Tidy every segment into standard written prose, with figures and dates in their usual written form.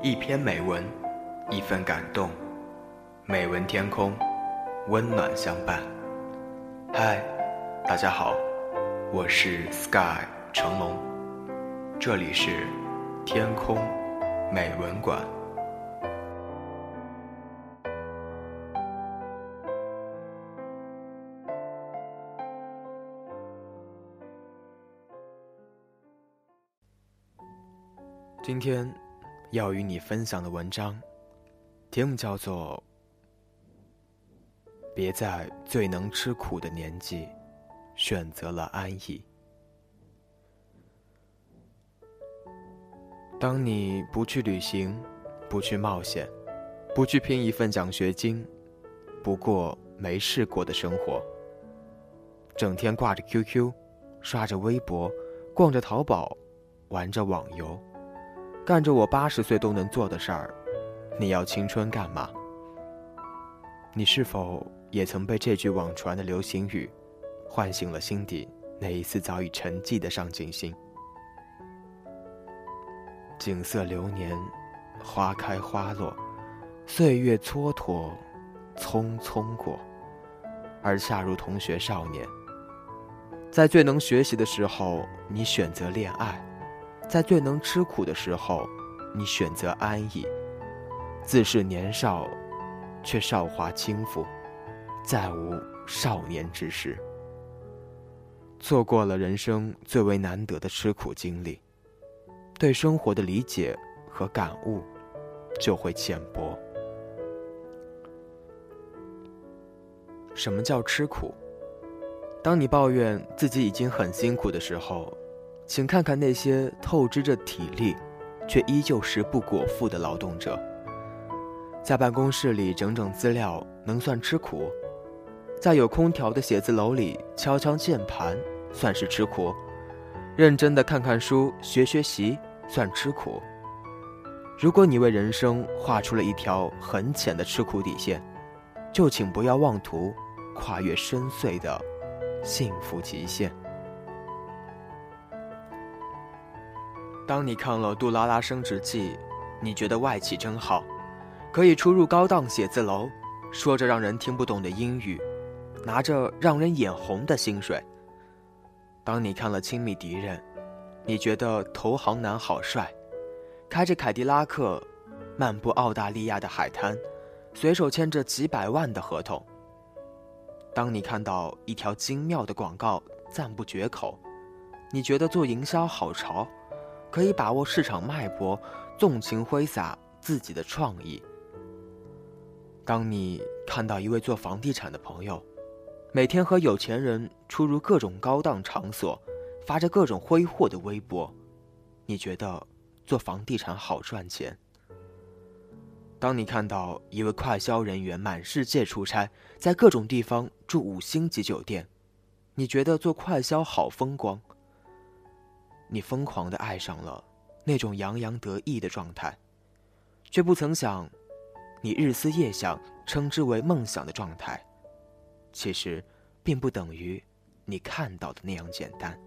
一篇美文，一份感动，美文天空，温暖相伴。嗨，大家好，我是 Sky 成龙，这里是天空美文馆。今天要与你分享的文章题目叫做别在最能吃苦的年纪选择了安逸。当你不去旅行，不去冒险，不去拼一份奖学金，不过没试过的生活，整天挂着 QQ， 刷着微博，逛着淘宝，玩着网游，干着我80岁都能做的事儿，你要青春干嘛？你是否也曾被这句网传的流行语唤醒了心底那一丝早已沉寂的上进心？景色流年，花开花落，岁月蹉跎，匆匆过，而恰如同学少年。在最能学习的时候，你选择恋爱；在最能吃苦的时候，你选择安逸。自是年少，却少华轻浮，再无少年之时。错过了人生最为难得的吃苦经历，对生活的理解和感悟就会浅薄。什么叫吃苦？当你抱怨自己已经很辛苦的时候，请看看那些透支着体力却依旧食不果腹的劳动者。在办公室里整整资料能算吃苦？在有空调的写字楼里敲敲键盘算是吃苦？认真的看看书学习算吃苦？如果你为人生画出了一条很浅的吃苦底线，就请不要妄图跨越深邃的幸福极限。当你看了《杜拉拉升职记》，你觉得外企真好，可以出入高档写字楼，说着让人听不懂的英语，拿着让人眼红的薪水。当你看了《亲密敌人》，你觉得投行男好帅，开着凯迪拉克漫步澳大利亚的海滩，随手签着几百万的合同。当你看到一条精妙的广告赞不绝口，你觉得做营销好潮，可以把握市场脉搏，纵情挥洒自己的创意。当你看到一位做房地产的朋友，每天和有钱人出入各种高档场所，发着各种挥霍的微博，你觉得做房地产好赚钱。当你看到一位快销人员满世界出差，在各种地方住5星级酒店，你觉得做快销好风光。你疯狂地爱上了那种洋洋得意的状态，却不曾想，你日思夜想称之为梦想的状态，其实并不等于你看到的那样简单。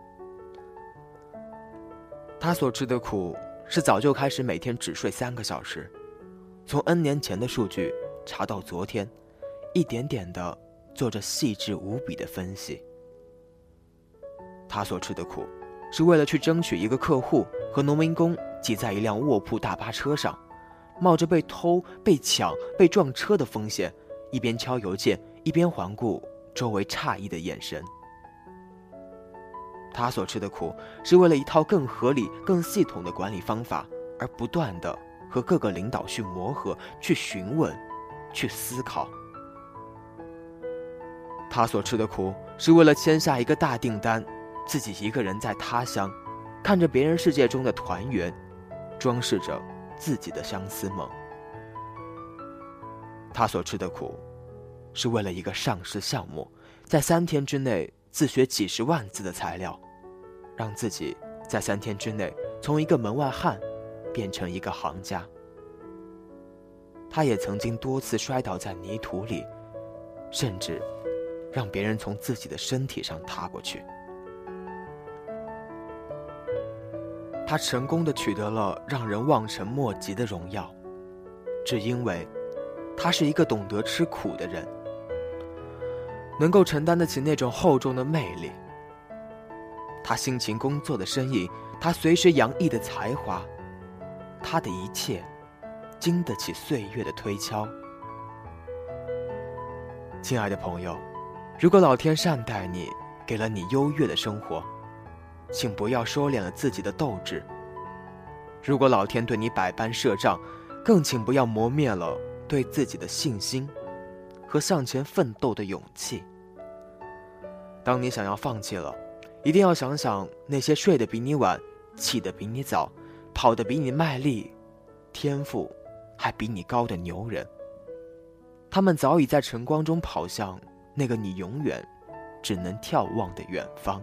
他所吃的苦是早就开始每天只睡3个小时，从 N 年前的数据查到昨天，一点点地做着细致无比的分析。他所吃的苦是为了去争取一个客户，和农民工挤在一辆卧铺大巴车上，冒着被偷、被抢、被撞车的风险，一边敲邮件，一边环顾周围诧异的眼神。他所吃的苦是为了一套更合理、更系统的管理方法，而不断地和各个领导去磨合、去询问、去思考。他所吃的苦是为了签下一个大订单，自己一个人在他乡，看着别人世界中的团圆，装饰着自己的相思梦。他所吃的苦是为了一个上市项目，在3天之内自学几十万字的材料，让自己在3天之内从一个门外汉变成一个行家。他也曾经多次摔倒在泥土里，甚至让别人从自己的身体上踏过去。他他成功地取得了让人望尘莫及的荣耀，只因为他是一个懂得吃苦的人，能够承担得起那种厚重的魅力。他辛勤工作的身影，他随时洋溢的才华，他的一切经得起岁月的推敲。亲爱的朋友，如果老天善待你，给了你优越的生活，请不要收敛了自己的斗志。如果老天对你百般设障，更请不要磨灭了对自己的信心和向前奋斗的勇气。当你想要放弃了，一定要想想那些睡得比你晚，起得比你早，跑得比你卖力，天赋还比你高的牛人。他们早已在晨光中跑向那个你永远只能眺望的远方。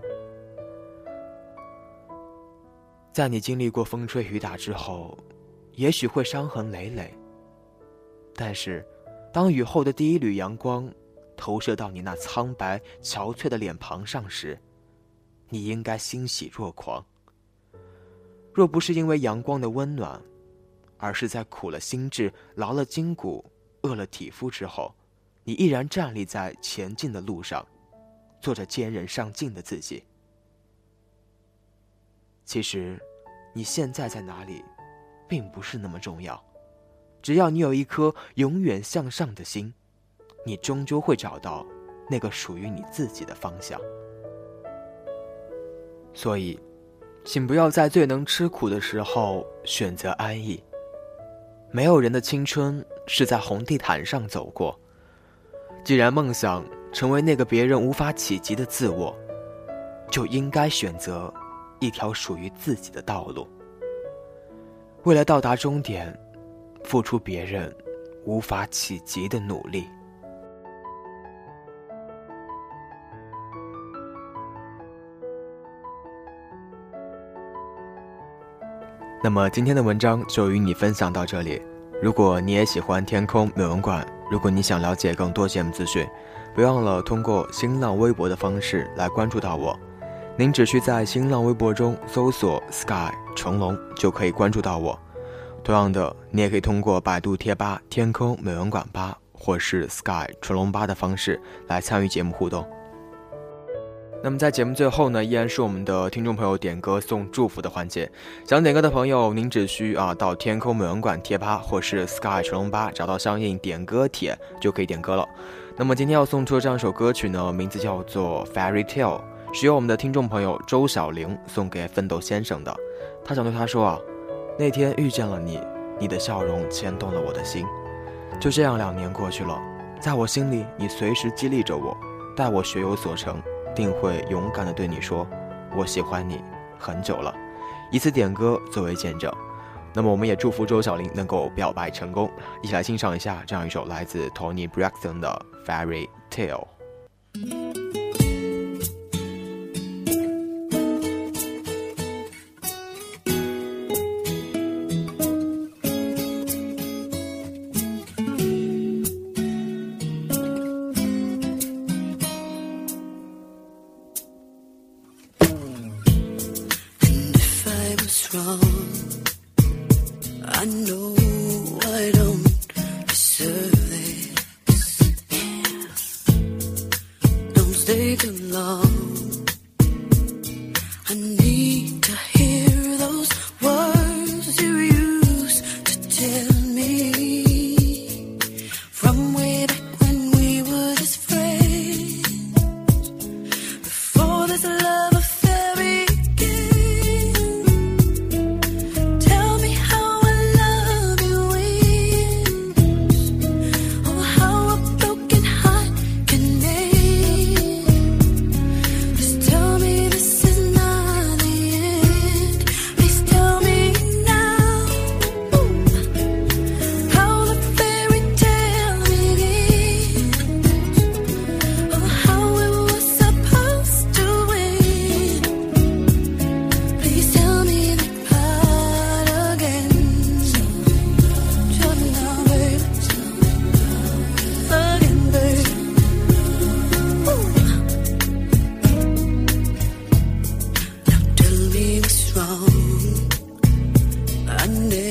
在你经历过风吹雨打之后，也许会伤痕累累，但是当雨后的第一缕阳光投射到你那苍白憔悴的脸庞上时，你应该欣喜若狂。若不是因为阳光的温暖，而是在苦了心智，劳了筋骨，饿了体肤之后，你依然站立在前进的路上，做着坚韧上进的自己。其实你现在在哪里并不是那么重要，只要你有一颗永远向上的心，你终究会找到那个属于你自己的方向。所以请不要在最能吃苦的时候选择安逸。没有人的青春是在红地毯上走过，既然梦想成为那个别人无法企及的自我，就应该选择一条属于自己的道路，为了到达终点，付出别人无法企及的努力。那么今天的文章就与你分享到这里。如果你也喜欢天空美文馆，如果你想了解更多节目资讯，别忘了通过新浪微博的方式来关注到我。您只需在新浪微博中搜索 Sky 成龙就可以关注到我。同样的，你也可以通过百度贴吧天空美文馆吧或是 Sky 成龙吧的方式来参与节目互动。那么在节目最后呢，依然是我们的听众朋友点歌送祝福的环节。想点歌的朋友，您只需到天空美文馆贴吧或是 Sky 成龙吧找到相应点歌帖就可以点歌了。那么今天要送出的这样一首歌曲呢，名字叫做 Fairy Tale， 是由我们的听众朋友周小玲送给奋斗先生的。他想对他说那天遇见了你，你的笑容牵动了我的心。就这样2年过去了，在我心里你随时激励着我，待我学有所成，定会勇敢地对你说我喜欢你很久了，以此点歌作为见证。那么我们也祝福周小玲能够表白成功。一起来欣赏一下这样一首来自 Tony Braxton 的 Fairy Tale。 I know I don't deserve this. Don't stay too long. I need to hear those words you used to tell me from way back when we were just friends, before this love affair began. Tell me how I love Sunday